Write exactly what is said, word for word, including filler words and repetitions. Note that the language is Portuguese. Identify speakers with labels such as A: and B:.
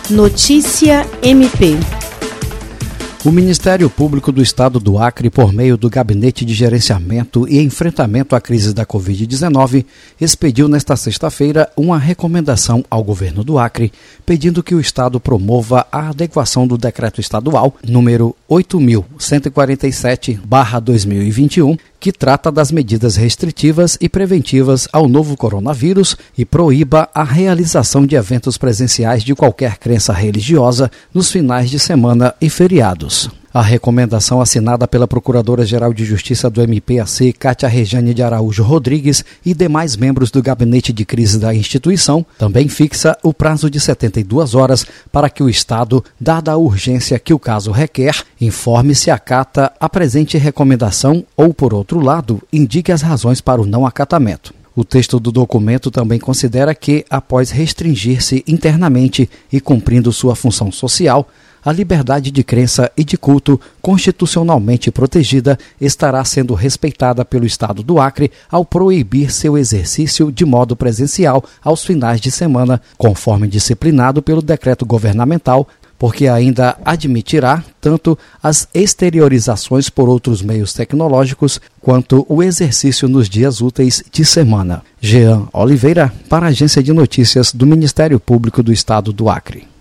A: Notícia M P.
B: O Ministério Público do Estado do Acre, por meio do Gabinete de Gerenciamento e Enfrentamento à Crise da covid dezenove, expediu nesta sexta-feira uma recomendação ao governo do Acre, pedindo que o Estado promova a adequação do Decreto Estadual número oito mil cento e quarenta e sete barra dois mil e vinte e um, que trata das medidas restritivas e preventivas ao novo coronavírus e proíba a realização de eventos presenciais de qualquer crença religiosa nos finais de semana e feriados. A recomendação assinada pela Procuradora-Geral de Justiça do M P A C, Cátia Rejane de Araújo Rodrigues, e demais membros do Gabinete de Crise da instituição, também fixa o prazo de setenta e duas horas para que o Estado, dada a urgência que o caso requer, informe se acata a presente recomendação ou, por outro lado, indique as razões para o não acatamento. O texto do documento também considera que, após restringir-se internamente e cumprindo sua função social, a liberdade de crença e de culto, constitucionalmente protegida, estará sendo respeitada pelo Estado do Acre ao proibir seu exercício de modo presencial aos finais de semana, conforme disciplinado pelo decreto governamental, porque ainda admitirá tanto as exteriorizações por outros meios tecnológicos quanto o exercício nos dias úteis de semana. Jean Oliveira, para a Agência de Notícias do Ministério Público do Estado do Acre.